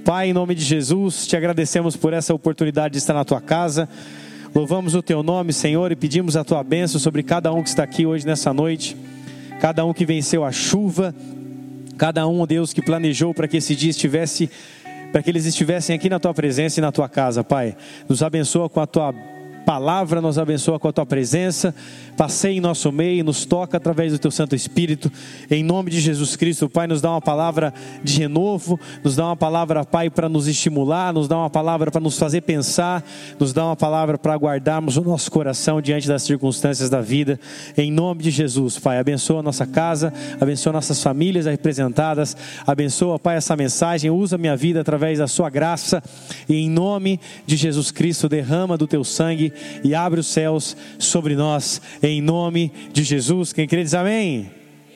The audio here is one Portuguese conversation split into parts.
Pai, em nome de Jesus, te agradecemos por essa oportunidade de estar na tua casa. Louvamos o teu nome, Senhor, e pedimos a tua bênção sobre cada um que está aqui hoje nessa noite. Cada um que venceu a chuva, cada um, Deus, que planejou para que esse dia estivesse, para que eles estivessem aqui na tua presença e na tua casa, Pai. Nos abençoa com a tua palavra, nos abençoa com a tua presença, passeia em nosso meio, nos toca através do teu Santo Espírito, em nome de Jesus Cristo. Pai, nos dá uma palavra de renovo, nos dá uma palavra, Pai, para nos estimular, nos dá uma palavra para nos fazer pensar, nos dá uma palavra para guardarmos o nosso coração diante das circunstâncias da vida, em nome de Jesus. Pai, abençoa a nossa casa, abençoa nossas famílias representadas, abençoa, Pai, essa mensagem, usa a minha vida através da sua graça, e em nome de Jesus Cristo, derrama do teu sangue e abre os céus sobre nós, em nome de Jesus. Quem crê diz amém.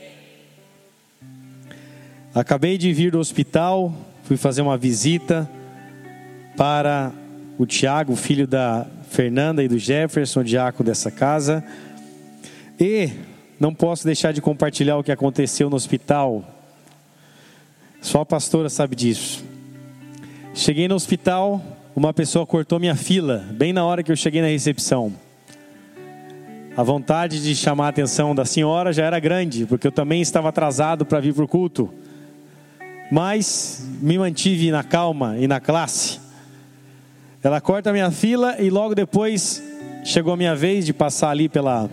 Acabei de vir do hospital, fui fazer uma visita para o Tiago, filho da Fernanda e do Jefferson, diácono dessa casa, e não posso deixar de compartilhar o que aconteceu no hospital. Só a pastora sabe disso. Cheguei no hospital, uma pessoa cortou minha fila, bem na hora que eu cheguei na recepção. A vontade de chamar a atenção da senhora já era grande, porque eu também estava atrasado para vir para o culto. Mas me mantive na calma e na classe. Ela corta a minha fila e logo depois chegou a minha vez de passar ali pela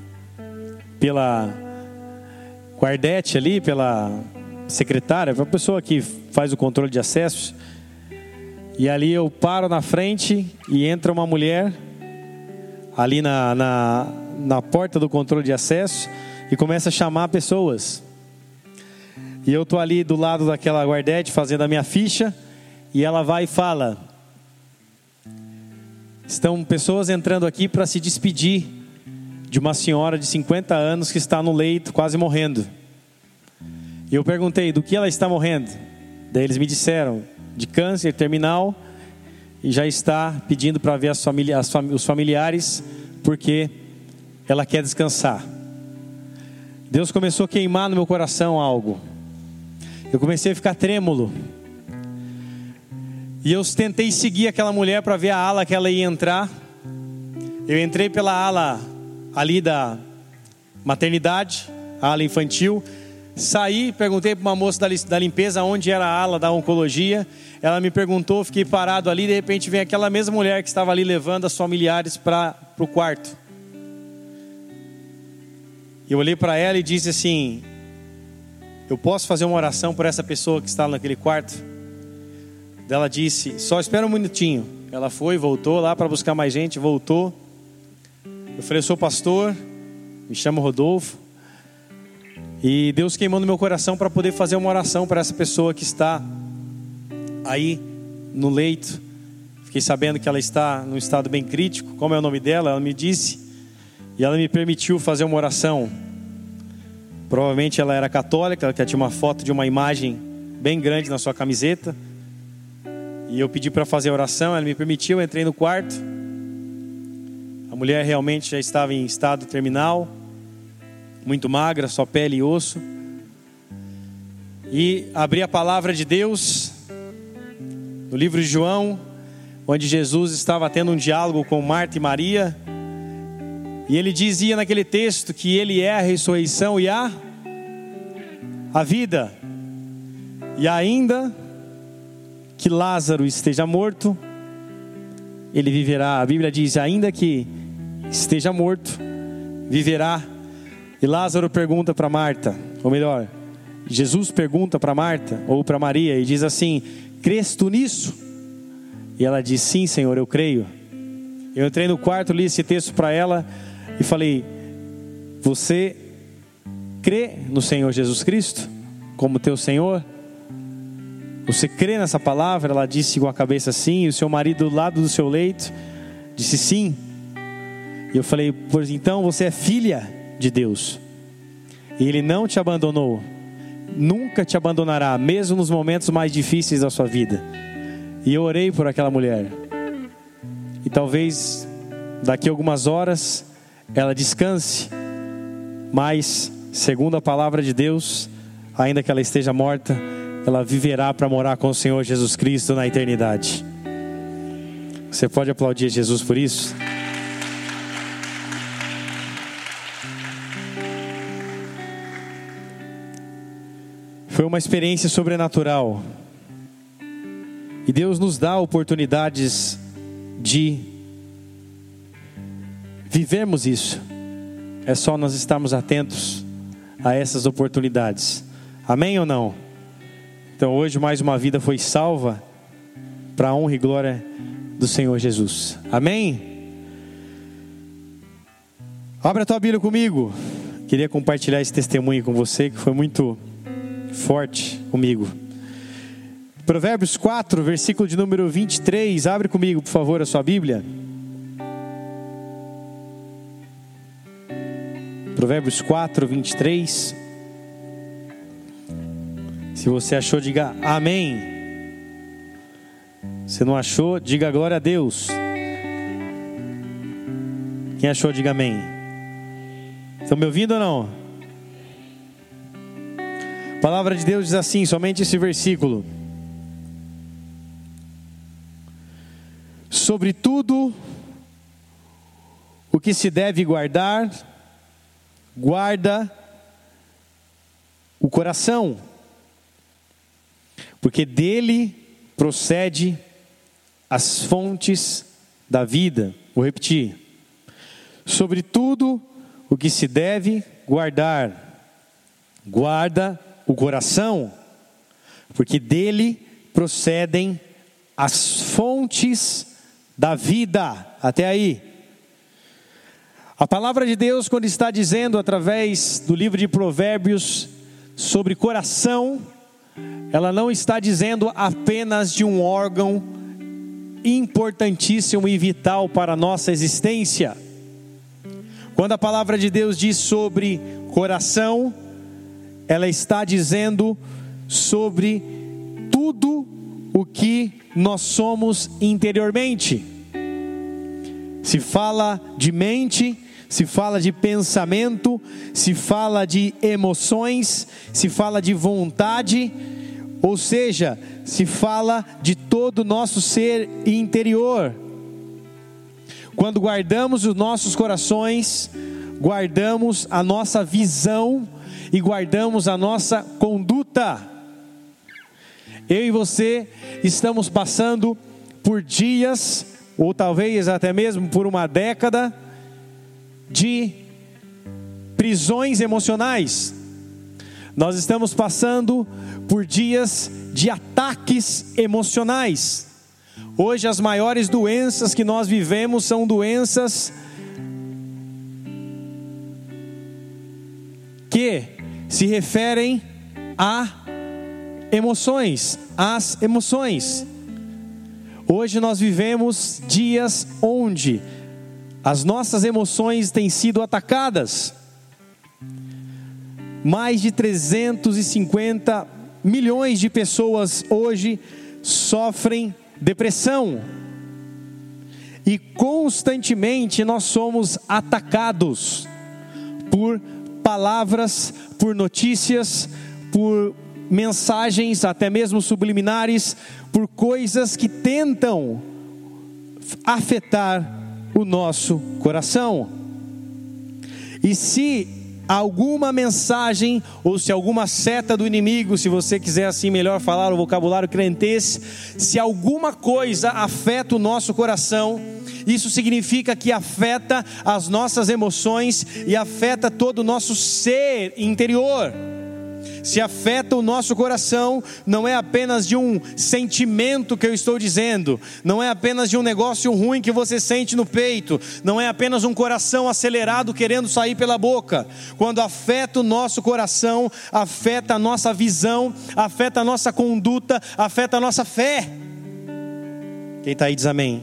guardete ali, pela secretária, a pessoa que faz o controle de acessos. E ali eu paro na frente e entra uma mulher ali na porta do controle de acesso e começa a chamar pessoas. E eu estou ali do lado daquela guardete fazendo a minha ficha e ela vai e fala: estão pessoas entrando aqui para se despedir de uma senhora de 50 anos que está no leito quase morrendo. E eu perguntei: do que ela está morrendo? Daí eles me disseram: de câncer terminal, e já está pedindo para ver os familiares, porque ela quer descansar. Deus começou a queimar no meu coração algo. Eu comecei a ficar trêmulo. E eu tentei seguir aquela mulher para ver a ala que ela ia entrar. Eu entrei pela ala ali da maternidade, a ala infantil. Saí, perguntei para uma moça da limpeza onde era a ala da oncologia. Ela me perguntou, fiquei parado ali. De repente vem aquela mesma mulher que estava ali levando as familiares para o quarto. Eu olhei para ela e disse assim: eu posso fazer uma oração por essa pessoa que está naquele quarto? Ela disse: só espera um minutinho. Ela foi, voltou lá para buscar mais gente, voltou. Eu falei: eu sou pastor, me chamo Rodolfo. E Deus queimou no meu coração para poder fazer uma oração para essa pessoa que está aí no leito. Fiquei sabendo que ela está num estado bem crítico. Como é o nome dela? Ela me disse. E ela me permitiu fazer uma oração. Provavelmente ela era católica, ela tinha uma foto de uma imagem bem grande na sua camiseta. E eu pedi para fazer a oração, ela me permitiu, eu entrei no quarto. A mulher realmente já estava em estado terminal, muito magra, só pele e osso. E abri a palavra de Deus no livro de João, onde Jesus estava tendo um diálogo com Marta e Maria. E ele dizia naquele texto que ele é a ressurreição e a vida. E ainda que Lázaro esteja morto, ele viverá. A Bíblia diz: ainda que esteja morto, viverá. E Lázaro pergunta para Marta, ou melhor, Jesus pergunta para Marta ou para Maria e diz assim: crês tu nisso? E ela diz: sim, Senhor, eu creio. Eu entrei no quarto, li esse texto para ela e falei: você crê no Senhor Jesus Cristo como teu Senhor? Você crê nessa palavra? Ela disse com a cabeça sim. E o seu marido do lado do seu leito disse sim. E eu falei: pois então você é filha de Deus, e Ele não te abandonou, nunca te abandonará, mesmo nos momentos mais difíceis da sua vida. E eu orei por aquela mulher, e talvez daqui a algumas horas ela descanse, mas segundo a palavra de Deus, ainda que ela esteja morta, ela viverá para morar com o Senhor Jesus Cristo na eternidade. Você pode aplaudir Jesus por isso? Foi uma experiência sobrenatural. E Deus nos dá oportunidades de vivermos isso. É só nós estarmos atentos a essas oportunidades. Amém ou não? Então hoje mais uma vida foi salva para a honra e glória do Senhor Jesus. Amém? Abra a tua Bíblia comigo. Queria compartilhar esse testemunho com você que foi muito forte comigo. Provérbios 4, versículo de número 23. Abre comigo, por favor, a sua Bíblia. Provérbios 4, 23. Se você achou, diga amém. Se não achou, diga glória a Deus. Quem achou, diga amém. Estão me ouvindo ou não? A palavra de Deus diz assim, somente esse versículo: sobre tudo o que se deve guardar, guarda o coração, porque dele procede as fontes da vida. Vou repetir: sobre tudo o que se deve guardar, guarda o coração, porque dele procedem as fontes da vida. Até aí. A palavra de Deus, quando está dizendo através do livro de Provérbios sobre coração, ela não está dizendo apenas de um órgão importantíssimo e vital para a nossa existência. Quando a palavra de Deus diz sobre coração, ela está dizendo sobre tudo o que nós somos interiormente. Se fala de mente, se fala de pensamento, se fala de emoções, se fala de vontade, ou seja, se fala de todo o nosso ser interior. Quando guardamos os nossos corações, guardamos a nossa visão e guardamos a nossa conduta. Eu e você estamos passando por dias, ou talvez até mesmo por uma década, de prisões emocionais. Nós estamos passando por dias de ataques emocionais. Hoje as maiores doenças que nós vivemos são doenças que se referem a emoções, às emoções. Hoje nós vivemos dias onde as nossas emoções têm sido atacadas. Mais de 350 milhões de pessoas hoje sofrem depressão. E constantemente nós somos atacados por palavras, por notícias, por mensagens, até mesmo subliminares, por coisas que tentam afetar o nosso coração. E se alguma mensagem, ou se alguma seta do inimigo, se você quiser assim melhor falar o vocabulário crentez, se alguma coisa afeta o nosso coração, isso significa que afeta as nossas emoções e afeta todo o nosso ser interior. Se afeta o nosso coração, não é apenas de um sentimento que eu estou dizendo, não é apenas de um negócio ruim que você sente no peito, não é apenas um coração acelerado querendo sair pela boca. Quando afeta o nosso coração, afeta a nossa visão, afeta a nossa conduta, afeta a nossa fé. Quem está aí diz amém.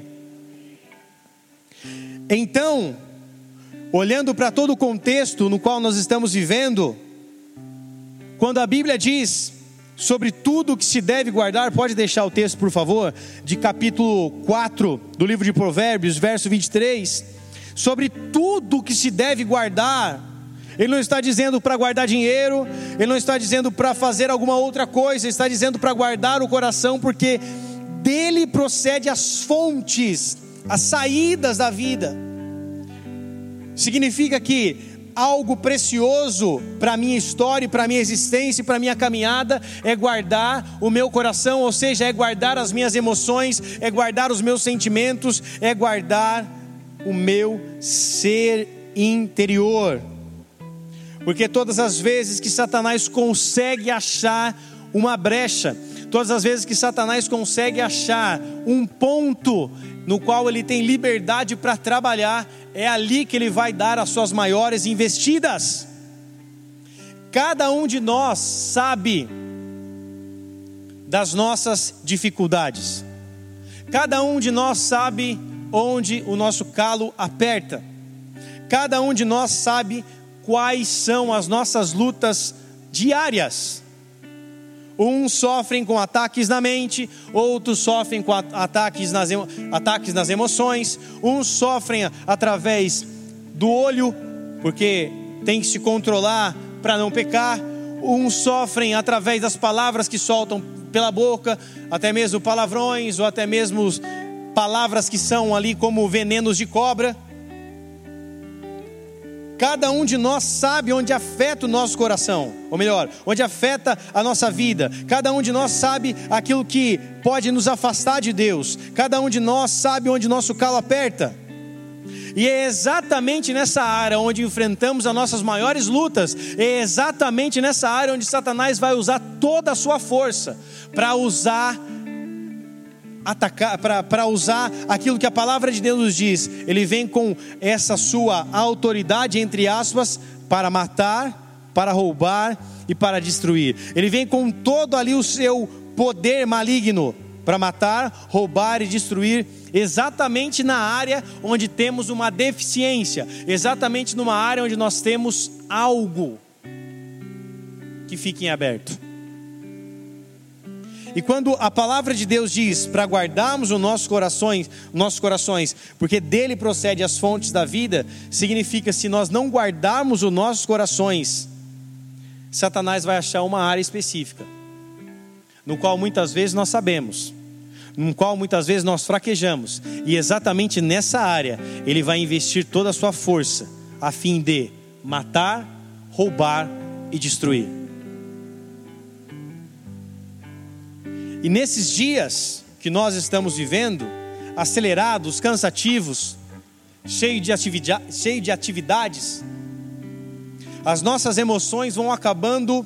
Então, olhando para todo o contexto no qual nós estamos vivendo, quando a Bíblia diz sobre tudo que se deve guardar, pode deixar o texto por favor, de capítulo 4 do livro de Provérbios, verso 23, sobre tudo que se deve guardar, Ele não está dizendo para guardar dinheiro, Ele não está dizendo para fazer alguma outra coisa, Ele está dizendo para guardar o coração, porque dele procede as fontes, as saídas da vida. Significa que algo precioso para a minha história, para a minha existência, para a minha caminhada, é guardar o meu coração, ou seja, é guardar as minhas emoções, é guardar os meus sentimentos, é guardar o meu ser interior. Porque todas as vezes que Satanás consegue achar uma brecha, todas as vezes que Satanás consegue achar um ponto no qual ele tem liberdade para trabalhar, é ali que ele vai dar as suas maiores investidas. Cada um de nós sabe das nossas dificuldades. Cada um de nós sabe onde o nosso calo aperta. Cada um de nós sabe quais são as nossas lutas diárias. Uns sofrem com ataques na mente, outros sofrem com ataques nas emoções, uns sofrem através do olho, porque tem que se controlar para não pecar, uns sofrem através das palavras que soltam pela boca, até mesmo palavrões, ou até mesmo palavras que são ali como venenos de cobra. Cada um de nós sabe onde afeta o nosso coração, ou melhor, onde afeta a nossa vida. Cada um de nós sabe aquilo que pode nos afastar de Deus. Cada um de nós sabe onde nosso calo aperta. E é exatamente nessa área onde enfrentamos as nossas maiores lutas. É exatamente nessa área onde Satanás vai usar toda a sua força para usar aquilo que a palavra de Deus nos diz. Ele vem com essa sua autoridade, entre aspas, para matar, para roubar e para destruir. Ele vem com todo ali o seu poder maligno para matar, roubar e destruir, exatamente na área onde temos uma deficiência, exatamente numa área onde nós temos algo que fica em aberto. E quando a palavra de Deus diz para guardarmos os nossos corações, porque dele procede as fontes da vida, significa se nós não guardarmos os nossos corações, Satanás vai achar uma área específica, no qual muitas vezes nós sabemos, no qual muitas vezes nós fraquejamos, e exatamente nessa área ele vai investir toda a sua força, a fim de matar, roubar e destruir. E nesses dias que nós estamos vivendo, acelerados, cansativos, cheio de atividades, as nossas emoções vão acabando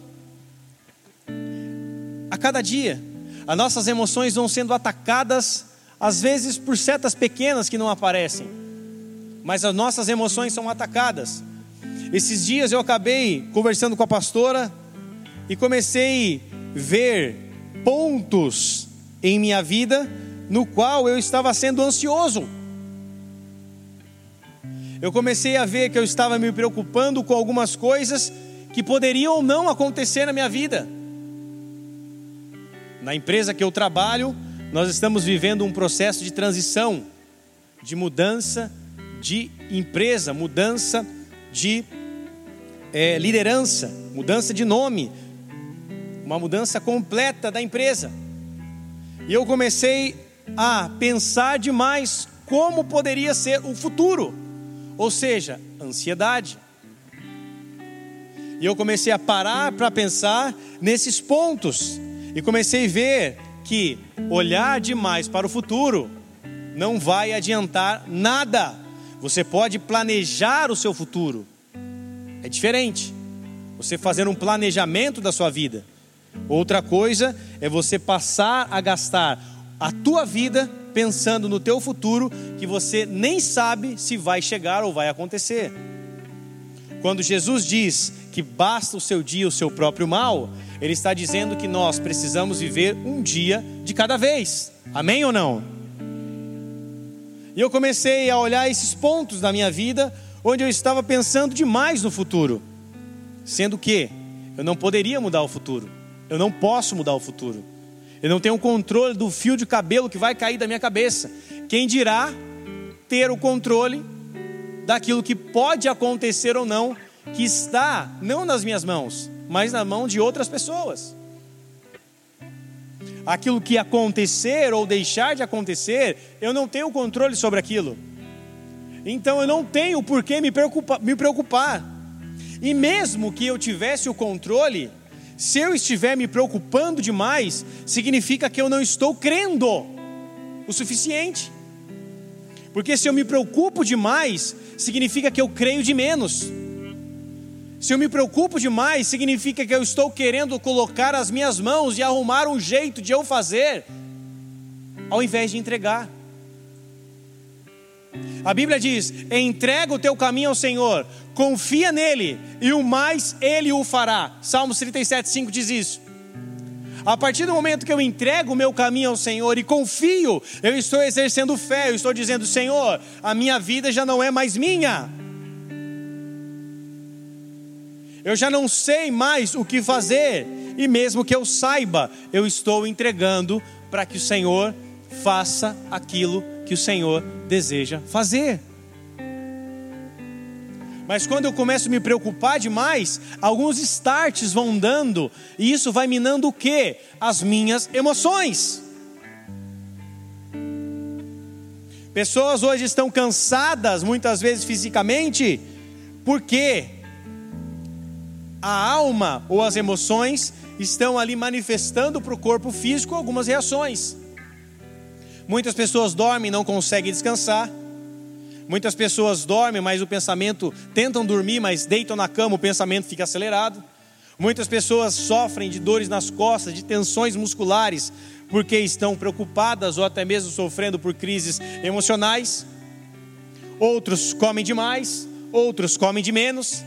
a cada dia. As nossas emoções vão sendo atacadas, às vezes por setas pequenas que não aparecem, mas as nossas emoções são atacadas. Esses dias eu acabei conversando com a pastora e comecei a ver pontos em minha vida no qual eu estava sendo ansioso. Eu comecei a ver que eu estava me preocupando com algumas coisas que poderiam ou não acontecer na minha vida. Na empresa que eu trabalho, nós estamos vivendo um processo de transição, de mudança de empresa, mudança de liderança, mudança de nome, uma mudança completa da empresa. E eu comecei a pensar demais como poderia ser o futuro, ou seja, ansiedade. E eu comecei a parar para pensar nesses pontos, e comecei a ver que olhar demais para o futuro não vai adiantar nada. Você pode planejar o seu futuro, é diferente, você fazer um planejamento da sua vida. Outra coisa é você passar a gastar a tua vida pensando no teu futuro, que você nem sabe se vai chegar ou vai acontecer. Quando Jesus diz que basta o seu dia o seu próprio mal, Ele está dizendo que nós precisamos viver um dia de cada vez. Amém ou não? E eu comecei a olhar esses pontos da minha vida onde eu estava pensando demais no futuro, sendo que eu não poderia mudar o futuro. Eu não posso mudar o futuro. Eu não tenho o controle do fio de cabelo que vai cair da minha cabeça. Quem dirá ter o controle daquilo que pode acontecer ou não que está não nas minhas mãos, mas na mão de outras pessoas. Aquilo que acontecer ou deixar de acontecer, eu não tenho controle sobre aquilo. Então eu não tenho por que me preocupar. E mesmo que eu tivesse o controle, se eu estiver me preocupando demais, significa que eu não estou crendo o suficiente. Porque se eu me preocupo demais, significa que eu creio de menos. Se eu me preocupo demais, significa que eu estou querendo colocar as minhas mãos e arrumar um jeito de eu fazer, ao invés de entregar. A Bíblia diz: entrega o teu caminho ao Senhor, confia nele, e o mais ele o fará. Salmos 37:5 diz isso. A partir do momento que eu entrego o meu caminho ao Senhor e confio, eu estou exercendo fé, eu estou dizendo: Senhor, a minha vida já não é mais minha. Eu já não sei mais o que fazer, e mesmo que eu saiba, eu estou entregando para que o Senhor faça aquilo que o Senhor deseja fazer. Mas quando eu começo a me preocupar demais, alguns starts vão dando, e isso vai minando o quê? As minhas emoções. Pessoas hoje estão cansadas, muitas vezes fisicamente, porque a alma ou as emoções estão ali manifestando para o corpo físico algumas reações. Muitas pessoas dormem e não conseguem descansar. Muitas pessoas dormem, mas o pensamento, tentam dormir, mas deitam na cama, o pensamento fica acelerado. Muitas pessoas sofrem de dores nas costas, de tensões musculares, porque estão preocupadas ou até mesmo sofrendo por crises emocionais. Outros comem demais, outros comem de menos.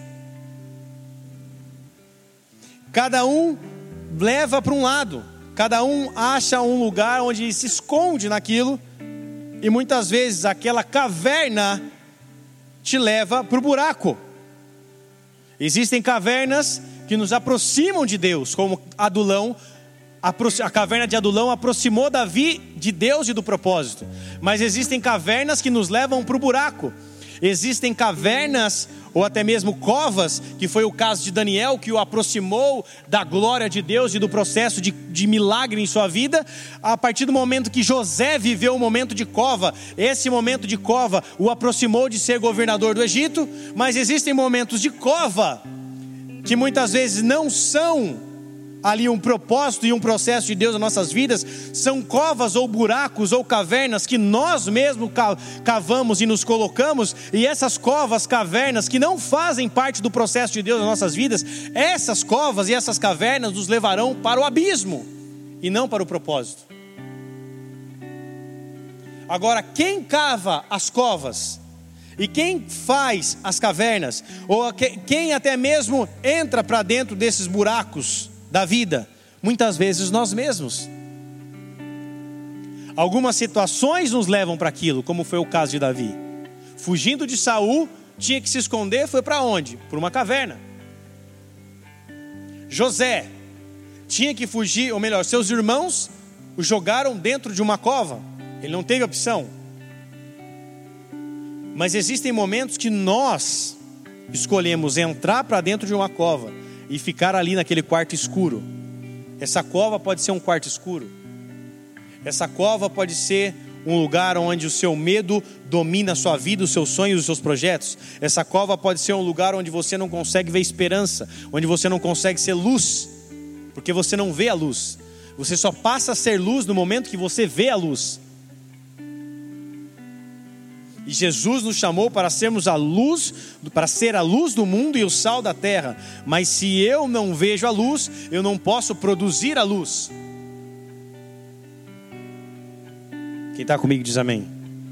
Cada um leva para um lado, cada um acha um lugar onde se esconde naquilo, e muitas vezes aquela caverna te leva para o buraco. Existem cavernas que nos aproximam de Deus, como Adulão. A caverna de Adulão aproximou Davi de Deus e do propósito. Mas existem cavernas que nos levam para o buraco. Existem cavernas ou até mesmo covas, que foi o caso de Daniel, que o aproximou da glória de Deus e do processo de milagre em sua vida. A partir do momento que José viveu um momento de cova, esse momento de cova o aproximou de ser governador do Egito. Mas existem momentos de cova que muitas vezes não são ali um propósito e um processo de Deus nas nossas vidas. São covas ou buracos ou cavernas que nós mesmos cavamos e nos colocamos. E essas covas, cavernas que não fazem parte do processo de Deus nas nossas vidas, essas covas e essas cavernas nos levarão para o abismo e não para o propósito. Agora, quem cava as covas e quem faz as cavernas, ou quem até mesmo entra para dentro desses buracos da vida, muitas vezes nós mesmos. Algumas situações nos levam para aquilo, como foi o caso de Davi. Fugindo de Saul, tinha que se esconder, foi para onde? Para uma caverna. José tinha que fugir, ou melhor, seus irmãos o jogaram dentro de uma cova. Ele não teve opção. Mas existem momentos que nós escolhemos entrar para dentro de uma cova e ficar ali naquele quarto escuro. Essa cova pode ser um quarto escuro. Essa cova pode ser um lugar onde o seu medo domina a sua vida, os seus sonhos, os seus projetos. Essa cova pode ser um lugar onde você não consegue ver esperança, onde você não consegue ser luz, porque você não vê a luz. Você só passa a ser luz no momento que você vê a luz. E Jesus nos chamou para sermos a luz, para ser a luz do mundo e o sal da terra. Mas se eu não vejo a luz, eu não posso produzir a luz. Quem está comigo diz amém.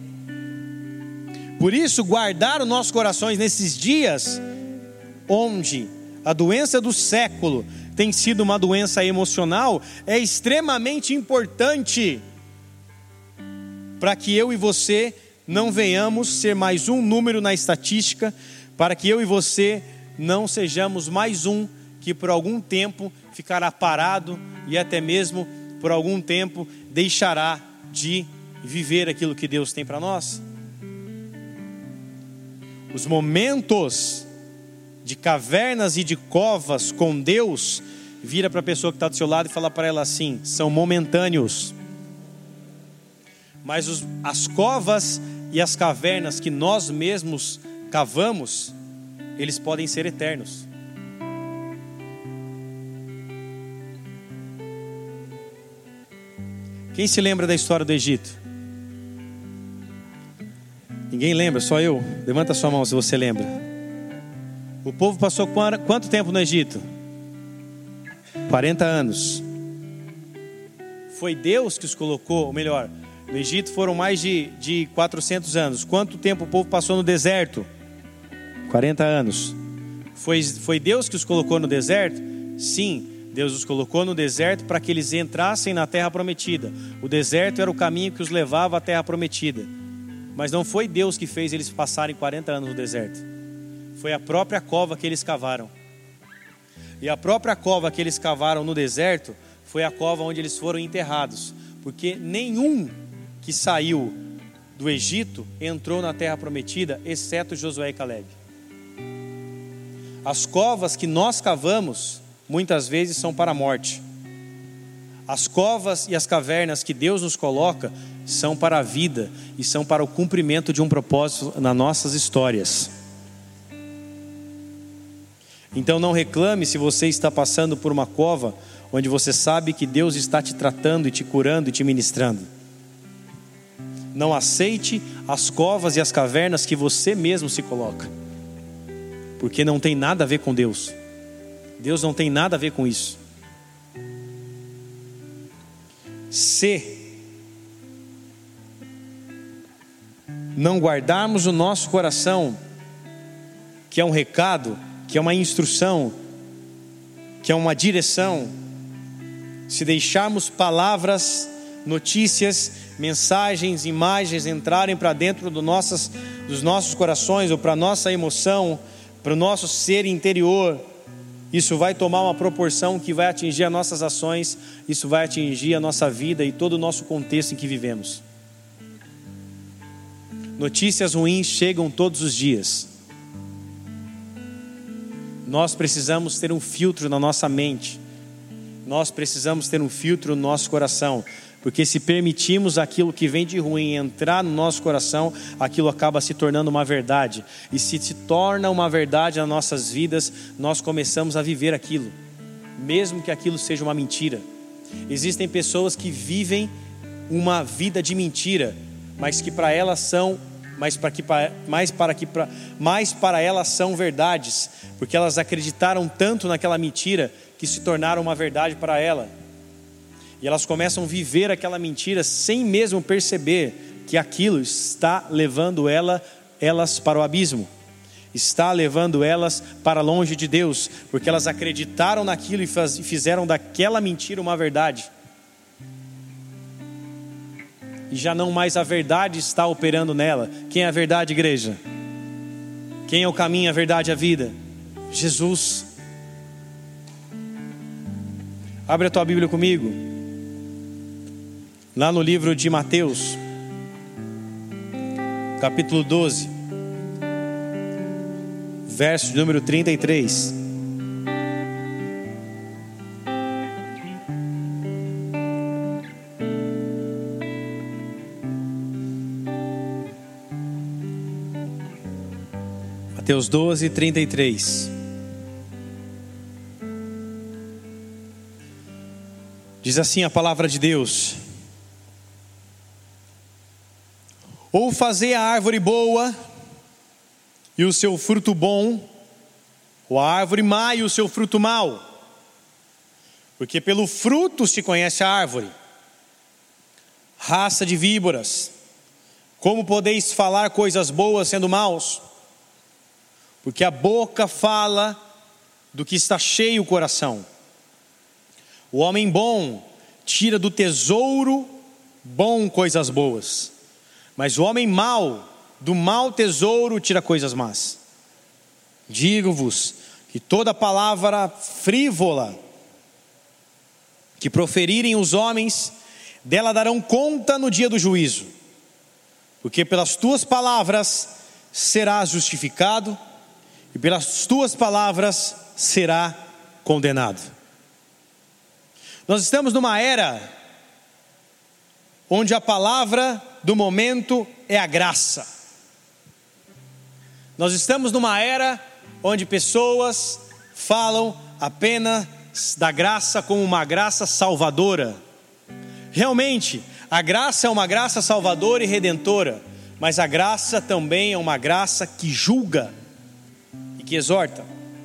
Por isso, guardar os nossos corações nesses dias, onde a doença do século tem sido uma doença emocional, é extremamente importante, para que eu e você não venhamos ser mais um número na estatística, para que eu e você não sejamos mais um que por algum tempo ficará parado e até mesmo por algum tempo deixará de viver aquilo que Deus tem para nós. Os momentos de cavernas e de covas com Deus, vira para a pessoa que está do seu lado e fala para ela assim: são momentâneos. Mas as covas e as cavernas que nós mesmos cavamos, eles podem ser eternos. Quem se lembra da história do Egito? Ninguém lembra, só eu? Levanta sua mão se você lembra. O povo passou quanto tempo no Egito? 40 anos. Foi Deus que os colocou, ou melhor, no Egito foram mais de 400 anos. Quanto tempo o povo passou no deserto? 40 anos. Foi Deus que os colocou no deserto? Sim, Deus os colocou no deserto para que eles entrassem na terra prometida. O deserto era o caminho que os levava à terra prometida. Mas não foi Deus que fez eles passarem 40 anos no deserto. Foi a própria cova que eles cavaram. E a própria cova que eles cavaram no deserto foi a cova onde eles foram enterrados. Porque nenhum que saiu do Egito entrou na terra prometida, exceto Josué e Caleb. As covas que nós cavamos, muitas vezes são para a morte. As covas e as cavernas que Deus nos coloca são para a vida e são para o cumprimento de um propósito nas nossas histórias. Então não reclame se você está passando por uma cova onde você sabe que Deus está te tratando e te curando e te ministrando. Não aceite as covas e as cavernas que você mesmo se coloca, porque não tem nada a ver com Deus. Deus não tem nada a ver com isso. Se não guardarmos o nosso coração, que é um recado, que é uma instrução, que é uma direção, se deixarmos palavras, notícias, mensagens, imagens entrarem para dentro dos nossos corações, ou para a nossa emoção, para o nosso ser interior, isso vai tomar uma proporção que vai atingir as nossas ações, isso vai atingir a nossa vida e todo o nosso contexto em que vivemos. Notícias ruins chegam todos os dias. Nós precisamos ter um filtro na nossa mente. Nós precisamos ter um filtro no nosso coração. Porque se permitirmos aquilo que vem de ruim entrar no nosso coração, aquilo acaba se tornando uma verdade. E se torna uma verdade nas nossas vidas, nós começamos a viver aquilo, mesmo que aquilo seja uma mentira. Existem pessoas que vivem uma vida de mentira, mas que para elas são, mais para elas são verdades, porque elas acreditaram tanto naquela mentira que se tornaram uma verdade para ela. E elas começam a viver aquela mentira sem mesmo perceber que aquilo está levando elas para o abismo, está levando elas para longe de Deus, porque elas acreditaram naquilo e fizeram daquela mentira uma verdade. E já não mais a verdade está operando nela. Quem é a verdade, igreja? Quem é o caminho, a verdade e a vida? Jesus. Abre a tua Bíblia comigo, lá no livro de Mateus, capítulo 12, verso número 33. Mateus 12, 33. Diz assim a palavra de Deus: ou fazei a árvore boa e o seu fruto bom, ou a árvore má e o seu fruto mau, porque pelo fruto se conhece a árvore. Raça de víboras, como podeis falar coisas boas sendo maus? Porque a boca fala do que está cheio o coração. O homem bom tira do tesouro bom coisas boas, mas o homem mau, do mau tesouro tira coisas más. Digo-vos que toda palavra frívola que proferirem os homens, dela darão conta no dia do juízo. Porque pelas tuas palavras serás justificado, e pelas tuas palavras será condenado. Nós estamos numa era onde a palavra do momento é a graça. Nós estamos numa era onde pessoas falam apenas da graça como uma graça salvadora. Realmente, a graça é uma graça salvadora e redentora, mas a graça também é uma graça que julga e que exorta.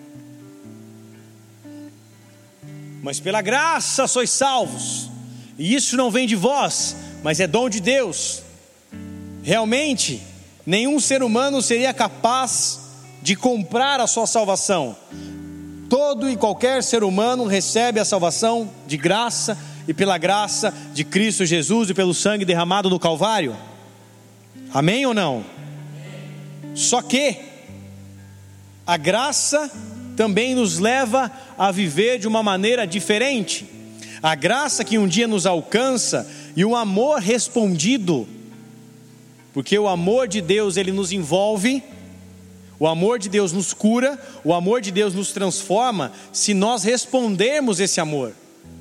Mas pela graça sois salvos, e isso não vem de vós, mas é dom de Deus. Realmente, nenhum ser humano seria capaz de comprar a sua salvação. Todo e qualquer ser humano recebe a salvação de graça e pela graça de Cristo Jesus e pelo sangue derramado no Calvário. Amém ou não? Só que a graça também nos leva a viver de uma maneira diferente. A graça que um dia nos alcança e o amor respondido, porque o amor de Deus ele nos envolve, o amor de Deus nos cura, o amor de Deus nos transforma, se nós respondermos esse amor.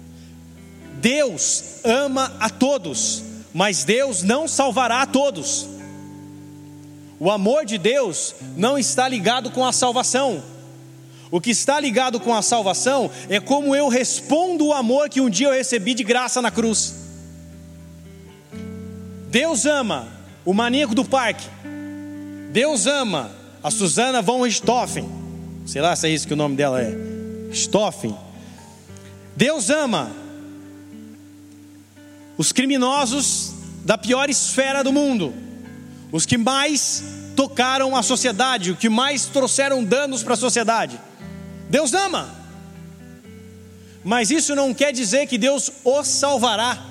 Deus ama a todos, mas Deus não salvará a todos. O amor de Deus não está ligado com a salvação. O que está ligado com a salvação é como eu respondo o amor que um dia eu recebi de graça na cruz. Deus ama o maníaco do parque. Deus ama a Susana von Richthofen. Sei lá se é isso que o nome dela é. Richthofen. Deus ama os criminosos da pior esfera do mundo. Os que mais tocaram a sociedade, os que mais trouxeram danos para a sociedade. Deus ama. Mas isso não quer dizer que Deus os salvará.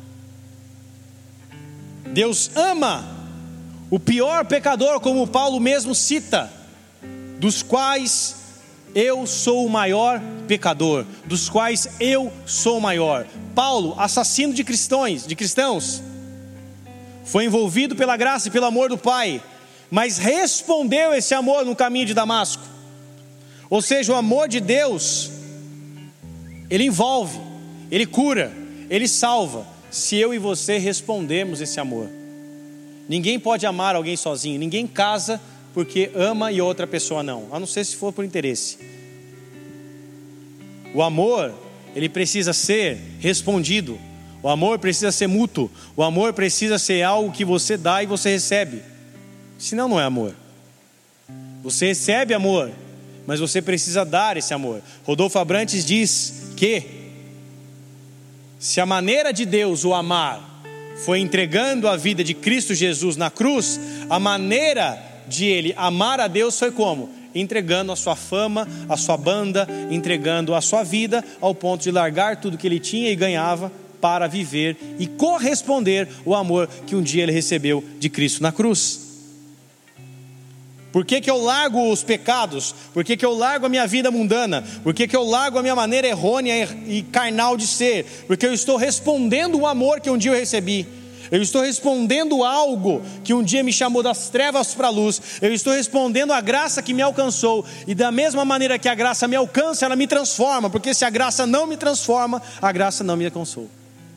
Deus ama o pior pecador, como Paulo mesmo cita, dos quais eu sou o maior pecador, dos quais eu sou o maior. Paulo, assassino de cristãos, foi envolvido pela graça e pelo amor do Pai, mas respondeu esse amor no caminho de Damasco. Ou seja, o amor de Deus, ele envolve, ele cura, ele salva, se eu e você respondemos esse amor. Ninguém pode amar alguém sozinho, ninguém casa porque ama e outra pessoa não, a não ser se for por interesse. O amor, ele precisa ser respondido, o amor precisa ser mútuo, o amor precisa ser algo que você dá e você recebe, senão não é amor. Você recebe amor, mas você precisa dar esse amor. Rodolfo Abrantes diz que se a maneira de Deus o amar foi entregando a vida de Cristo Jesus na cruz, a maneira de ele amar a Deus foi como? Entregando a sua fama, a sua banda, entregando a sua vida, ao ponto de largar tudo que ele tinha e ganhava para viver e corresponder o amor que um dia ele recebeu de Cristo na cruz. Por que que eu largo os pecados? Por que que eu largo a minha vida mundana? Por que que eu largo a minha maneira errônea e carnal de ser? Porque eu estou respondendo o amor que um dia eu recebi. Eu estou respondendo algo que um dia me chamou das trevas para a luz. Eu estou respondendo a graça que me alcançou. E da mesma maneira que a graça me alcança, ela me transforma. Porque se a graça não me transforma, a graça não me alcançou.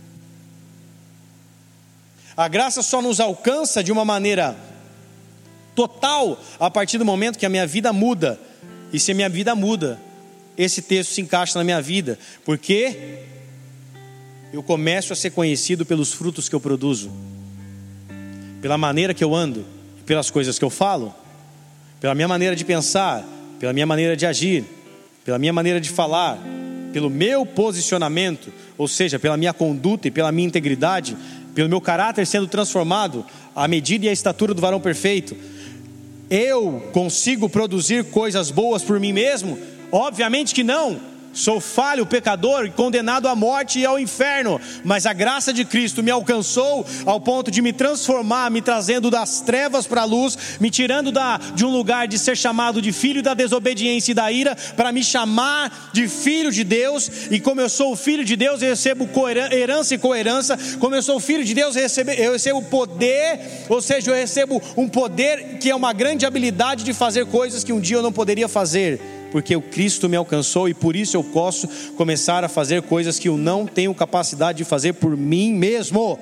A graça só nos alcança de uma maneira total a partir do momento que a minha vida muda. E se a minha vida muda, esse texto se encaixa na minha vida, porque eu começo a ser conhecido pelos frutos que eu produzo, pela maneira que eu ando, pelas coisas que eu falo, pela minha maneira de pensar, pela minha maneira de agir, pela minha maneira de falar, pelo meu posicionamento, ou seja, pela minha conduta e pela minha integridade, pelo meu caráter sendo transformado à medida e à estatura do varão perfeito. Eu consigo produzir coisas boas por mim mesmo? Obviamente que não. Sou falho, pecador, condenado à morte e ao inferno, mas a graça de Cristo me alcançou ao ponto de me transformar, me trazendo das trevas para a luz, me tirando de um lugar de ser chamado de filho da desobediência e da ira, para me chamar de filho de Deus. E como eu sou o filho de Deus, eu recebo herança e coherança. Como eu sou o filho de Deus, eu recebo poder, ou seja, eu recebo um poder que é uma grande habilidade de fazer coisas que um dia eu não poderia fazer, porque o Cristo me alcançou, e por isso eu posso começar a fazer coisas que eu não tenho capacidade de fazer por mim mesmo.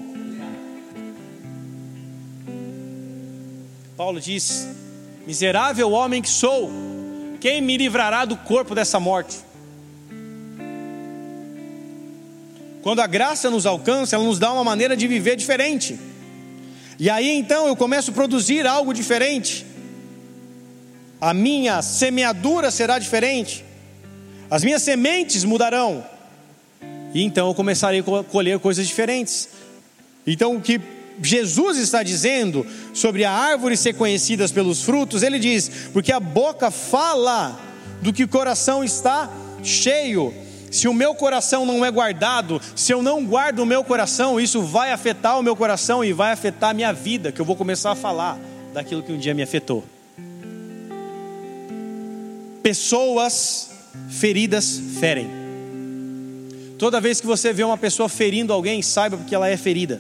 Paulo diz: miserável homem que sou, quem me livrará do corpo dessa morte? Quando a graça nos alcança, ela nos dá uma maneira de viver diferente, e aí então eu começo a produzir algo diferente. A minha semeadura será diferente, as minhas sementes mudarão, e então eu começarei a colher coisas diferentes. Então o que Jesus está dizendo sobre a árvore ser conhecida pelos frutos, ele diz: porque a boca fala do que o coração está cheio. Se o meu coração não é guardado, se eu não guardo o meu coração, isso vai afetar o meu coração e vai afetar a minha vida, que eu vou começar a falar daquilo que um dia me afetou. Pessoas feridas ferem. Toda vez que você vê uma pessoa ferindo alguém, saiba porque ela é ferida.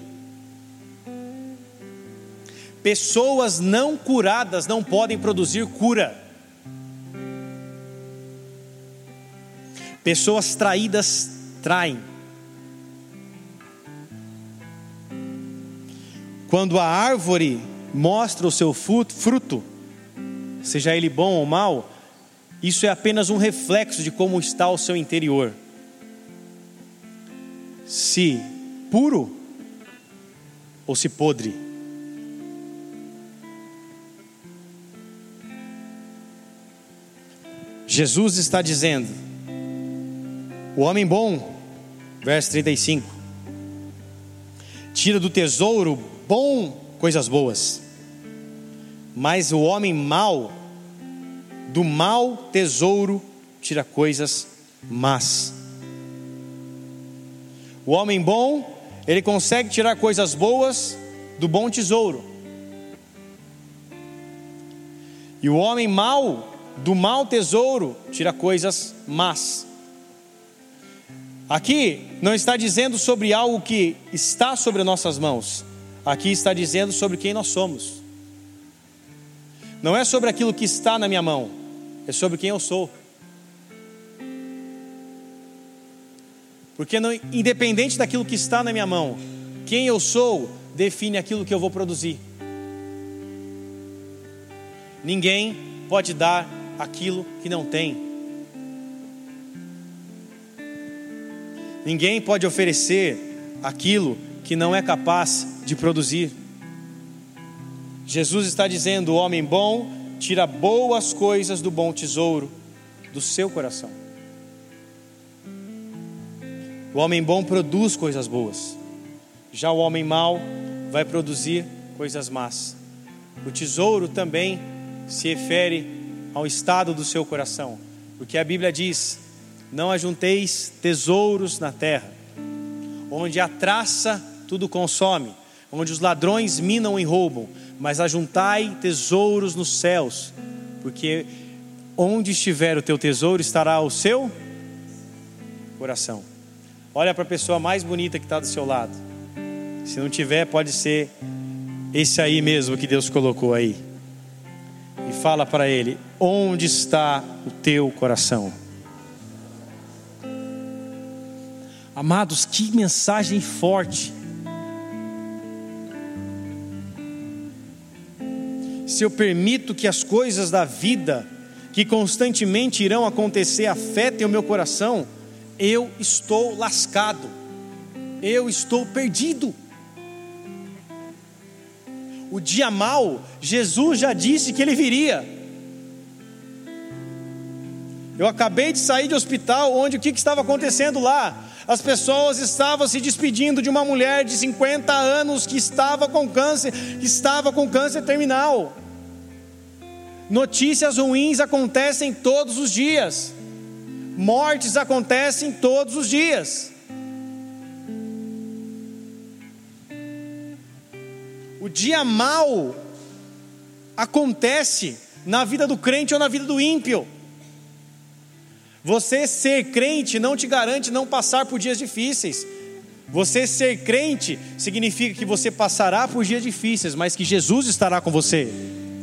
Pessoas não curadas não podem produzir cura. Pessoas traídas traem. Quando a árvore mostra o seu fruto, seja ele bom ou mau, isso é apenas um reflexo de como está o seu interior. Se puro ou se podre. Jesus está dizendo: o homem bom, verso 35, tira do tesouro bom coisas boas, mas o homem mau, do mau tesouro tira coisas más. O homem bom, ele consegue tirar coisas boas do bom tesouro, e o homem mau, do mau tesouro tira coisas más. Aqui não está dizendo sobre algo que está sobre nossas mãos, aqui está dizendo sobre quem nós somos. Não é sobre aquilo que está na minha mão, é sobre quem eu sou. Porque independente daquilo que está na minha mão, quem eu sou define aquilo que eu vou produzir. Ninguém pode dar aquilo que não tem. Ninguém pode oferecer aquilo que não é capaz de produzir. Jesus está dizendo: o homem bom tira boas coisas do bom tesouro do seu coração. O homem bom produz coisas boas, já o homem mau vai produzir coisas más. O tesouro também se refere ao estado do seu coração, porque a Bíblia diz: não ajunteis tesouros na terra, onde a traça tudo consome, onde os ladrões minam e roubam, mas ajuntai tesouros nos céus, porque onde estiver o teu tesouro estará o seu coração. Olha para a pessoa mais bonita que está do seu lado. Se não tiver, pode ser esse aí mesmo que Deus colocou aí, e fala para ele: onde está o teu coração? Amados, que mensagem forte. Se eu permito que as coisas da vida, que constantemente irão acontecer, afetem o meu coração, eu estou lascado, eu estou perdido. O dia mau, Jesus já disse que ele viria. Eu acabei de sair de hospital, onde o que estava acontecendo lá? As pessoas estavam se despedindo de uma mulher de 50 anos que estava com câncer terminal. Notícias ruins acontecem todos os dias. Mortes acontecem todos os dias. O dia mau acontece na vida do crente ou na vida do ímpio. Você ser crente não te garante não passar por dias difíceis. Você ser crente significa que você passará por dias difíceis, mas que Jesus estará com você.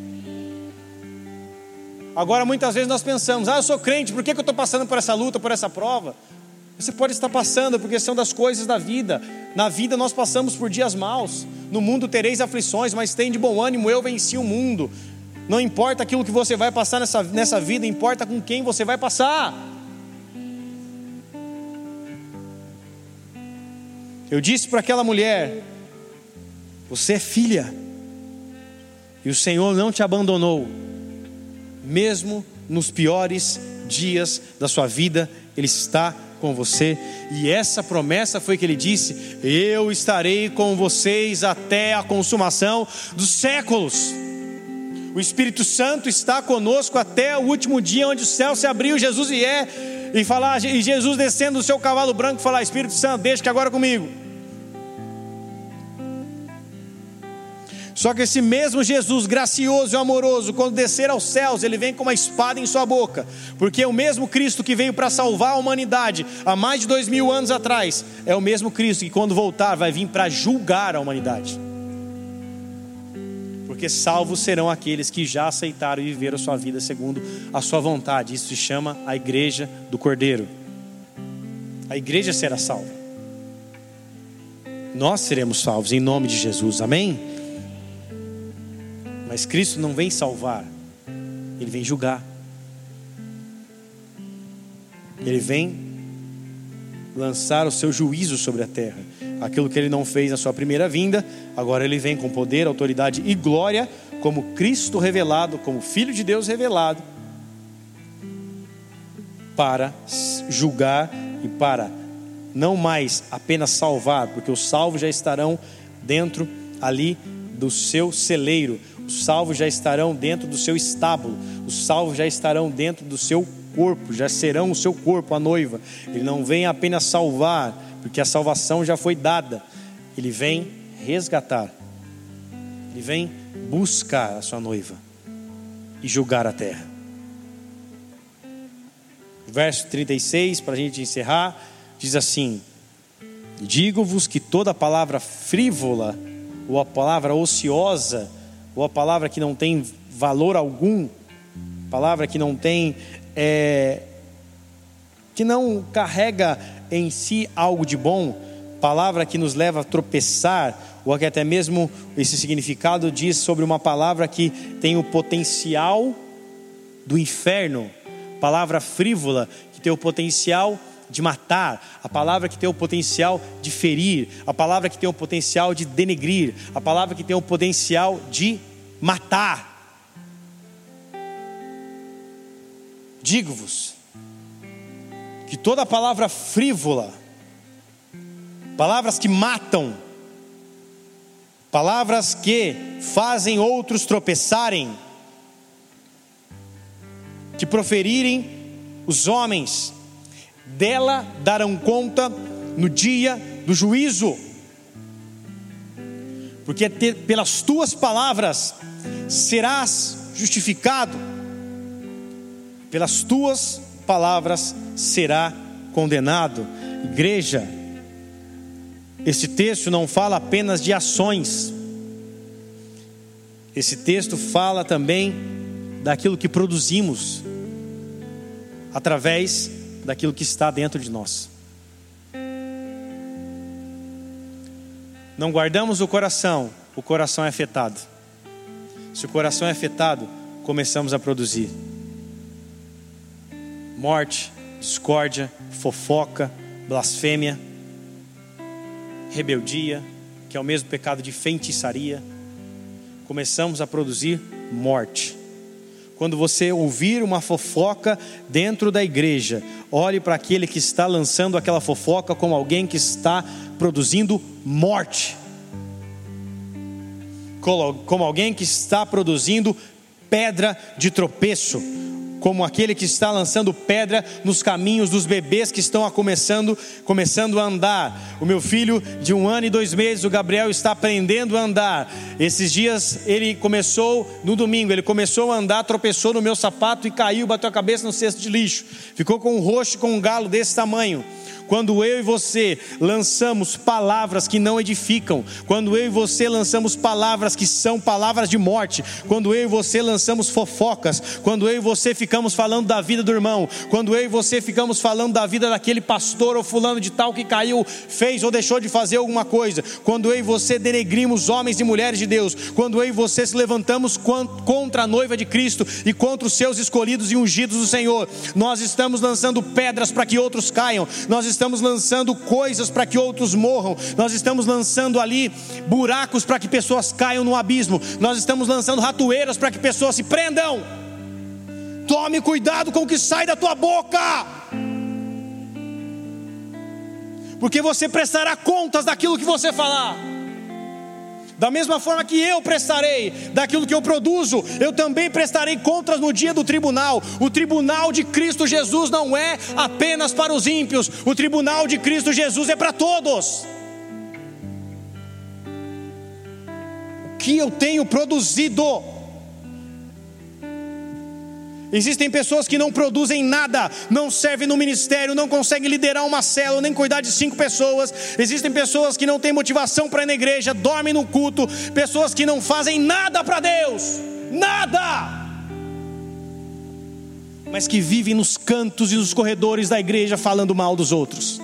Agora muitas vezes nós pensamos: eu sou crente, por que eu estou passando por essa luta, por essa prova? Você pode estar passando porque são das coisas da vida. Na vida nós passamos por dias maus. No mundo tereis aflições, mas tem de bom ânimo, eu venci o mundo. Não importa aquilo que você vai passar nessa vida, importa com quem você vai passar. Eu disse para aquela mulher: você é filha, e o Senhor não te abandonou. Mesmo nos piores dias da sua vida, Ele está com você. E essa promessa foi que Ele disse: eu estarei com vocês até a consumação dos séculos. O Espírito Santo está conosco até o último dia, onde o céu se abriu, Jesus vier e falar, e Jesus descendo do seu cavalo branco, falar: Espírito Santo, deixa que agora é comigo. Só que esse mesmo Jesus gracioso e amoroso, quando descer aos céus, Ele vem com uma espada em sua boca, porque o mesmo Cristo que veio para salvar a humanidade há mais de 2000 anos atrás, é o mesmo Cristo que quando voltar vai vir para julgar a humanidade. Porque salvos serão aqueles que já aceitaram e viveram a sua vida segundo a sua vontade. Isso se chama a igreja do Cordeiro. A igreja será salva. Nós seremos salvos em nome de Jesus, amém? Mas Cristo não vem salvar, Ele vem julgar. Ele vem lançar o seu juízo sobre a terra. Aquilo que Ele não fez na sua primeira vinda, agora Ele vem com poder, autoridade e glória, como Cristo revelado, como Filho de Deus revelado, para julgar e para não mais apenas salvar, porque os salvos já estarão dentro ali do seu celeiro. Os salvos já estarão dentro do seu estábulo. Os salvos já estarão dentro do seu corpo. Já serão o seu corpo, a noiva. Ele não vem apenas salvar, porque a salvação já foi dada. Ele vem resgatar. Ele vem buscar a sua noiva e julgar a terra. Verso 36, para a gente encerrar, diz assim: digo-vos que toda palavra frívola, ou a palavra ociosa, ou a palavra que não tem valor algum, palavra que não tem, que não carrega em si algo de bom, palavra que nos leva a tropeçar, ou que até mesmo esse significado diz sobre uma palavra que tem o potencial do inferno, palavra frívola que tem o potencial de matar, a palavra que tem o potencial de ferir, a palavra que tem o potencial de denegrir, a palavra que tem o potencial de matar. Digo-vos que toda palavra frívola, palavras que matam, palavras que fazem outros tropeçarem, que proferirem os homens, dela darão conta no dia do juízo. Porque pelas tuas palavras serás justificado, pelas tuas palavras será condenado. Igreja, esse texto não fala apenas de ações. Esse texto fala também daquilo que produzimos através daquilo que está dentro de nós. Não guardamos o coração é afetado. Se o coração é afetado, começamos a produzir morte, discórdia, fofoca, blasfêmia, rebeldia, que é o mesmo pecado de feitiçaria. Começamos a produzir morte. Quando você ouvir uma fofoca dentro da igreja, olhe para aquele que está lançando aquela fofoca como alguém que está produzindo morte, como alguém que está produzindo pedra de tropeço, como aquele que está lançando pedra nos caminhos dos bebês que estão começando a andar. O meu filho de 1 ano e 2 meses, o Gabriel, está aprendendo a andar. Esses dias ele começou, no domingo, ele começou a andar, tropeçou no meu sapato e caiu, bateu a cabeça no cesto de lixo. Ficou com um rosto, com um galo desse tamanho. Quando eu e você lançamos palavras que não edificam, quando eu e você lançamos palavras que são palavras de morte, quando eu e você lançamos fofocas, quando eu e você ficamos falando da vida do irmão, quando eu e você ficamos falando da vida daquele pastor ou fulano de tal que caiu, fez ou deixou de fazer alguma coisa, quando eu e você denegrimos homens e mulheres de Deus, quando eu e você se levantamos contra a noiva de Cristo e contra os seus escolhidos e ungidos do Senhor, nós estamos lançando pedras para que outros caiam, nós estamos lançando coisas para que outros morram, nós estamos lançando ali buracos para que pessoas caiam no abismo, nós estamos lançando ratoeiras para que pessoas se prendam. Tome cuidado com o que sai da tua boca, porque você prestará contas daquilo que você falar. Da mesma forma que eu prestarei daquilo que eu produzo, eu também prestarei contas no dia do tribunal. O tribunal de Cristo Jesus não é apenas para os ímpios, o tribunal de Cristo Jesus é para todos. O que eu tenho produzido? Existem pessoas que não produzem nada, não servem no ministério, não conseguem liderar uma célula, nem cuidar de 5 pessoas. Existem pessoas que não têm motivação para ir na igreja, dormem no culto. Pessoas que não fazem nada para Deus, nada, mas que vivem nos cantos e nos corredores da igreja falando mal dos outros,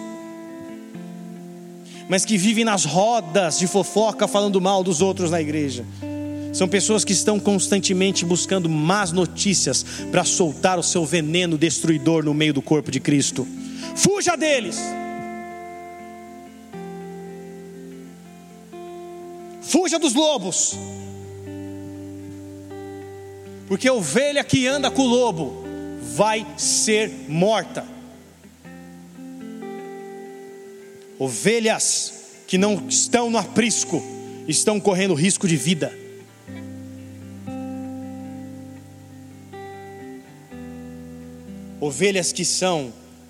mas que vivem nas rodas de fofoca falando mal dos outros na igreja. São pessoas que estão constantemente buscando más notícias para soltar o seu veneno destruidor no meio do corpo de Cristo. Fuja deles. Fuja dos lobos. Porque a ovelha que anda com o lobo vai ser morta. Ovelhas que não estão no aprisco estão correndo risco de vida. Ovelhas que são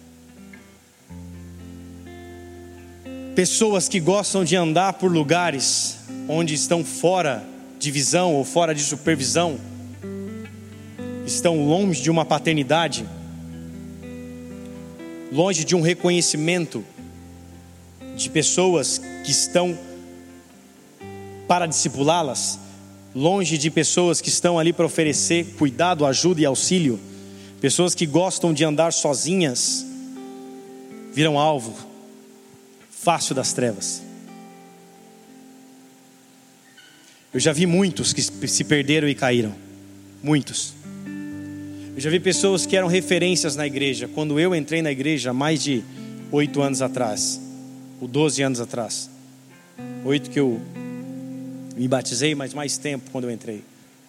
pessoas que gostam de andar por lugares onde estão fora de visão ou fora de supervisão, estão longe de uma paternidade, longe de um reconhecimento de pessoas que estão para discipulá-las, longe de pessoas que estão ali para oferecer cuidado, ajuda e auxílio. Pessoas que gostam de andar sozinhas viram alvo fácil das trevas. Eu já vi muitos que se perderam e caíram. Muitos. Eu já vi pessoas que eram referências na igreja. Quando eu entrei na igreja há mais de 8 anos atrás, ou 12 anos atrás. 8 que eu me batizei, mas mais tempo quando eu entrei.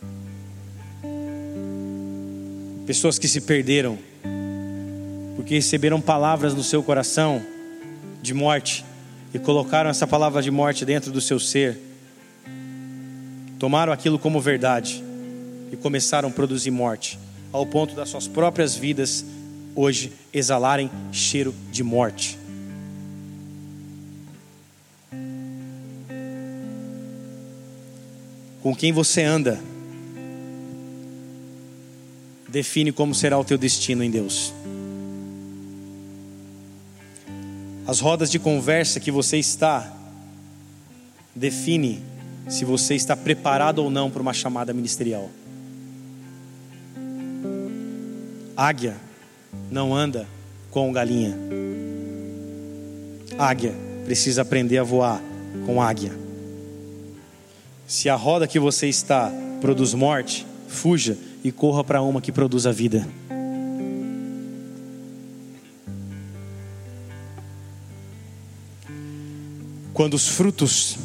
Pessoas que se perderam porque receberam palavras no seu coração de morte e colocaram essa palavra de morte dentro do seu ser, tomaram aquilo como verdade e começaram a produzir morte, ao ponto das suas próprias vidas hoje exalarem cheiro de morte. Com quem você anda define como será o teu destino em Deus. As rodas de conversa que você está define se você está preparado ou não para uma chamada ministerial. Águia não anda com galinha. Águia precisa aprender a voar com águia. Se a roda que você está produz morte, fuja e corra para uma que produz a vida. Quando os frutos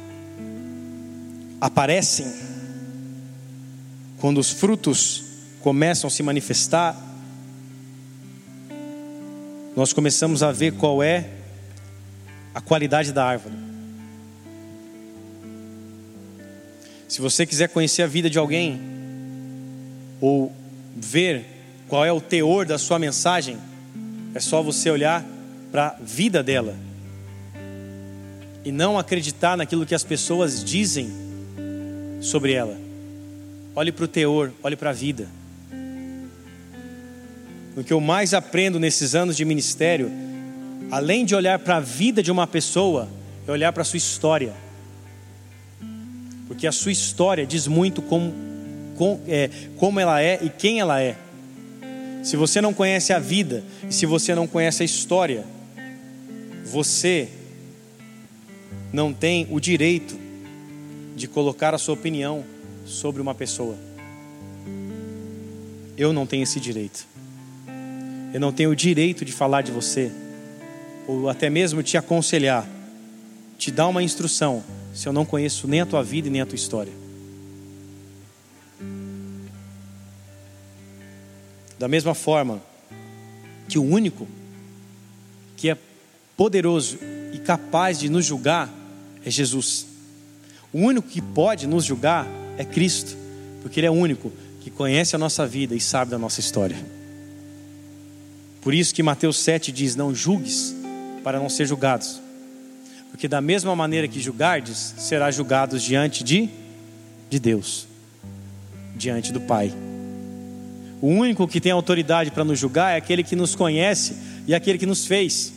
aparecem, quando os frutos começam a se manifestar, nós começamos a ver qual é a qualidade da árvore. Se você quiser conhecer a vida de alguém, ou ver qual é o teor da sua mensagem, é só você olhar para a vida dela e não acreditar naquilo que as pessoas dizem sobre ela. Olhe para o teor, olhe para a vida. O que eu mais aprendo nesses anos de ministério, além de olhar para a vida de uma pessoa, é olhar para a sua história. Porque a sua história diz muito como ela é e quem ela é. Se você não conhece a vida e se você não conhece a história, você não tem o direito de colocar a sua opinião sobre uma pessoa. Eu não tenho esse direito. Eu não tenho o direito de falar de você, ou até mesmo te aconselhar, te dar uma instrução, se eu não conheço nem a tua vida e nem a tua história. Da mesma forma que o único que é poderoso e capaz de nos julgar é Jesus. O único que pode nos julgar é Cristo, porque Ele é o único que conhece a nossa vida e sabe da nossa história. Por isso que Mateus 7 diz: não julgues para não ser julgados, porque da mesma maneira que julgardes, será julgados diante de Deus, diante do Pai. O único que tem autoridade para nos julgar é aquele que nos conhece e aquele que nos fez.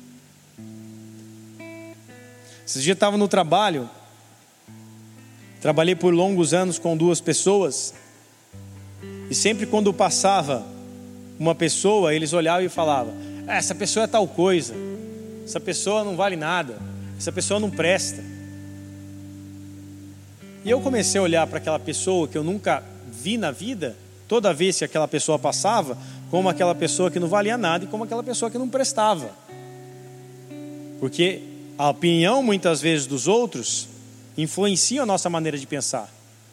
Esses dias eu estava no trabalho, trabalhei por longos anos com 2 pessoas, e sempre quando passava uma pessoa, eles olhavam e falavam: essa pessoa é tal coisa, essa pessoa não vale nada, essa pessoa não presta. E eu comecei a olhar para aquela pessoa que eu nunca vi na vida, toda vez que aquela pessoa passava, como aquela pessoa que não valia nada e como aquela pessoa que não prestava. Porque a opinião muitas vezes dos outros influencia a nossa maneira de pensar.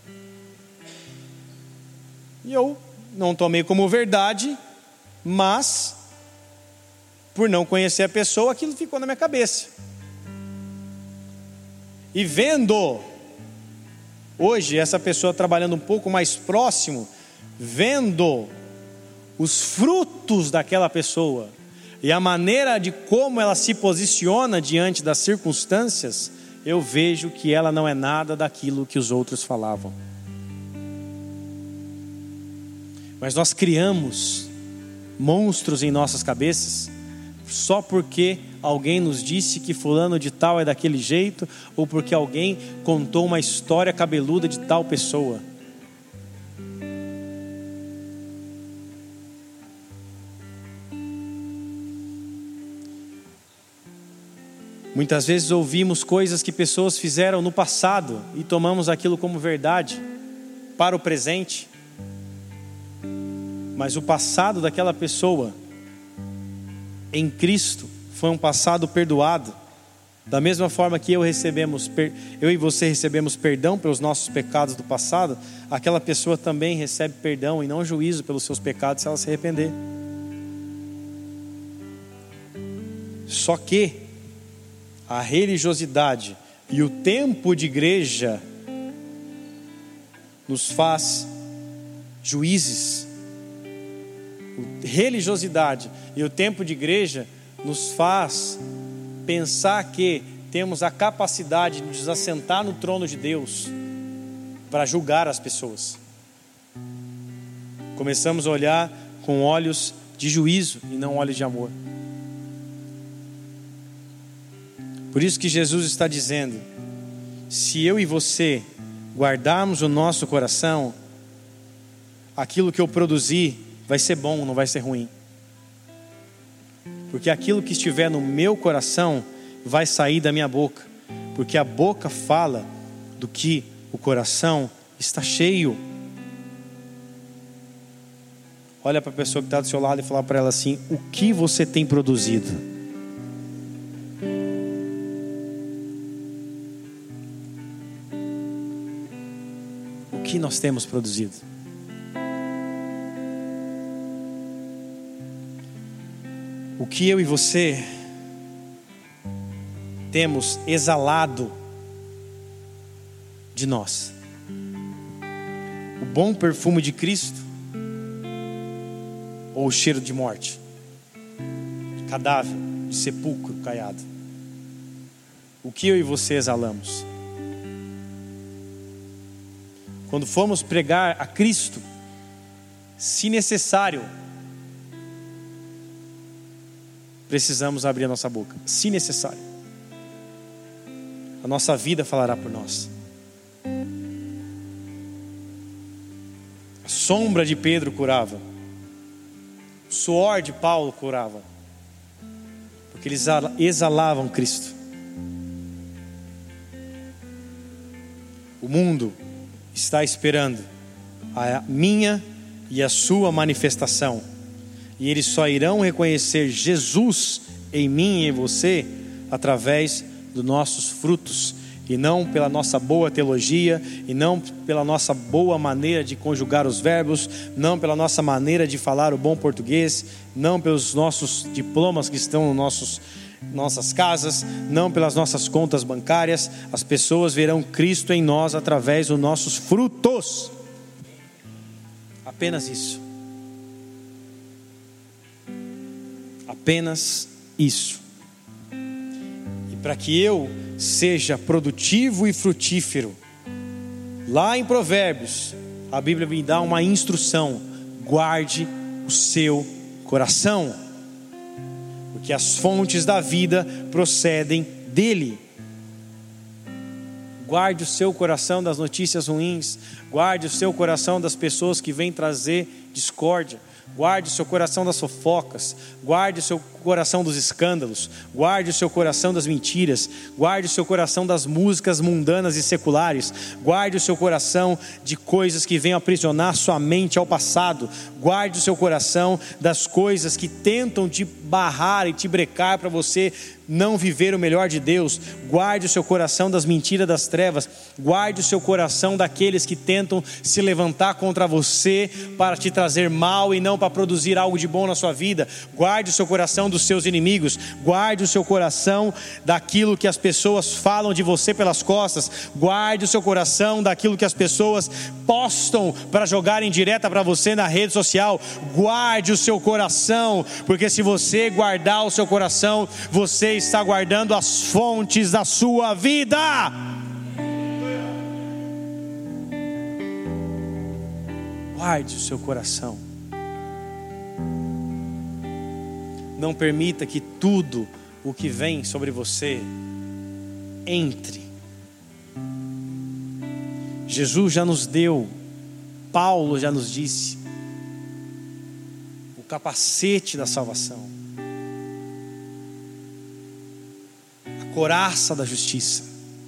E eu não tomei como verdade, mas por não conhecer a pessoa, aquilo ficou na minha cabeça. E vendo hoje essa pessoa trabalhando um pouco mais próximo, vendo os frutos daquela pessoa e a maneira de como ela se posiciona diante das circunstâncias, eu vejo que ela não é nada daquilo que os outros falavam. Mas nós criamos monstros em nossas cabeças só porque alguém nos disse que fulano de tal é daquele jeito, ou porque alguém contou uma história cabeluda de tal pessoa. Muitas vezes ouvimos coisas que pessoas fizeram no passado e tomamos aquilo como verdade para o presente. Mas o passado daquela pessoa em Cristo foi um passado perdoado. Da mesma forma que eu e você recebemos perdão pelos nossos pecados do passado, aquela pessoa também recebe perdão e não juízo pelos seus pecados se ela se arrepender. Só que a religiosidade e o tempo de igreja nos faz juízes. A religiosidade e o tempo de igreja nos faz pensar que temos a capacidade de nos assentar no trono de Deus para julgar as pessoas. Começamos a olhar com olhos de juízo e não olhos de amor. Por isso que Jesus está dizendo: se eu e você guardarmos o nosso coração, aquilo que eu produzi vai ser bom, não vai ser ruim. Porque aquilo que estiver no meu coração vai sair da minha boca. Porque a boca fala do que o coração está cheio. Olha para a pessoa que está do seu lado e fala para ela assim: o que você tem produzido? O que nós temos produzido? O que eu e você temos exalado de nós? O bom perfume de Cristo ou o cheiro de morte, de cadáver, de sepulcro caiado? O que eu e você exalamos? Quando formos pregar a Cristo, se necessário, precisamos abrir a nossa boca, se necessário. A nossa vida falará por nós. A sombra de Pedro curava, o suor de Paulo curava, porque eles exalavam Cristo. O mundo está esperando a minha e a sua manifestação, e eles só irão reconhecer Jesus em mim e em você através dos nossos frutos, e não pela nossa boa teologia, e não pela nossa boa maneira de conjugar os verbos, não pela nossa maneira de falar o bom português, não pelos nossos diplomas que estão nos nossas casas, não pelas nossas contas bancárias. As pessoas verão Cristo em nós através dos nossos frutos. Apenas isso. Apenas isso. E para que eu seja produtivo e frutífero, lá em Provérbios, a Bíblia me dá uma instrução: guarde o seu coração, porque as fontes da vida procedem dele. Guarde o seu coração das notícias ruins, guarde o seu coração das pessoas que vêm trazer discórdia, guarde o seu coração das fofocas, guarde o seu coração dos escândalos, guarde o seu coração das mentiras, guarde o seu coração das músicas mundanas e seculares, guarde o seu coração de coisas que venham aprisionar sua mente ao passado, guarde o seu coração das coisas que tentam te barrar e te brecar para você não viver o melhor de Deus. Guarde o seu coração das mentiras das trevas, guarde o seu coração daqueles que tentam se levantar contra você para te trazer mal e não para produzir algo de bom na sua vida. Guarde o seu coração dos seus inimigos, guarde o seu coração daquilo que as pessoas falam de você pelas costas, guarde o seu coração daquilo que as pessoas postam para jogarem direta para você na rede social. Guarde o seu coração, porque se você guardar o seu coração, você está guardando as fontes da sua vida. Guarde o seu coração. Não permita que tudo o que vem sobre você entre. Jesus já nos deu, Paulo já nos disse, o capacete da salvação, a couraça da justiça,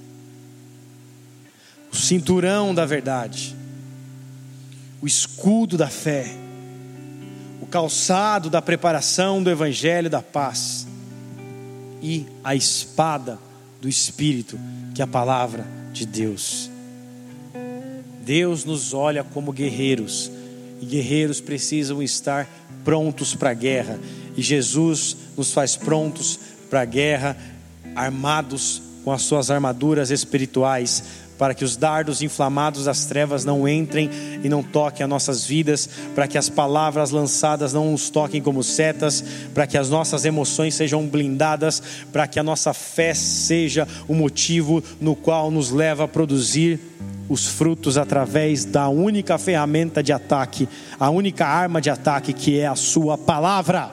o cinturão da verdade, o escudo da fé, o calçado da preparação do evangelho da paz e a espada do Espírito, que é a palavra de Deus. Deus nos olha como guerreiros, e guerreiros precisam estar prontos para a guerra, e Jesus nos faz prontos para a guerra, armados com as suas armaduras espirituais, para que os dardos inflamados das trevas não entrem e não toquem as nossas vidas, para que as palavras lançadas não nos toquem como setas, para que as nossas emoções sejam blindadas, para que a nossa fé seja o motivo no qual nos leva a produzir os frutos através da única ferramenta de ataque, a única arma de ataque, que é a sua palavra.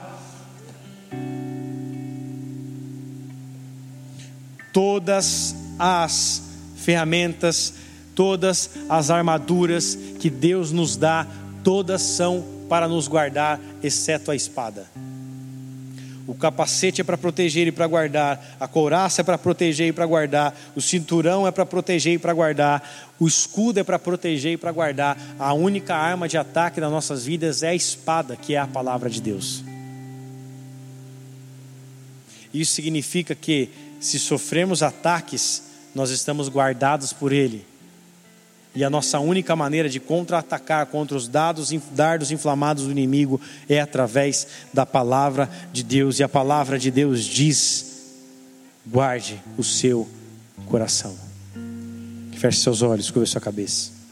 Todas as ferramentas, todas as armaduras que Deus nos dá, todas são para nos guardar, exceto a espada. O capacete é para proteger e para guardar, a couraça é para proteger e para guardar, o cinturão é para proteger e para guardar, o escudo é para proteger e para guardar. A única arma de ataque das nossas vidas é a espada, que é a palavra de Deus. Isso significa que, se sofremos ataques, nós estamos guardados por Ele. E a nossa única maneira de contra-atacar contra os dardos inflamados do inimigo é através da palavra de Deus. E a palavra de Deus diz: guarde o seu coração. Feche seus olhos, curva sua cabeça.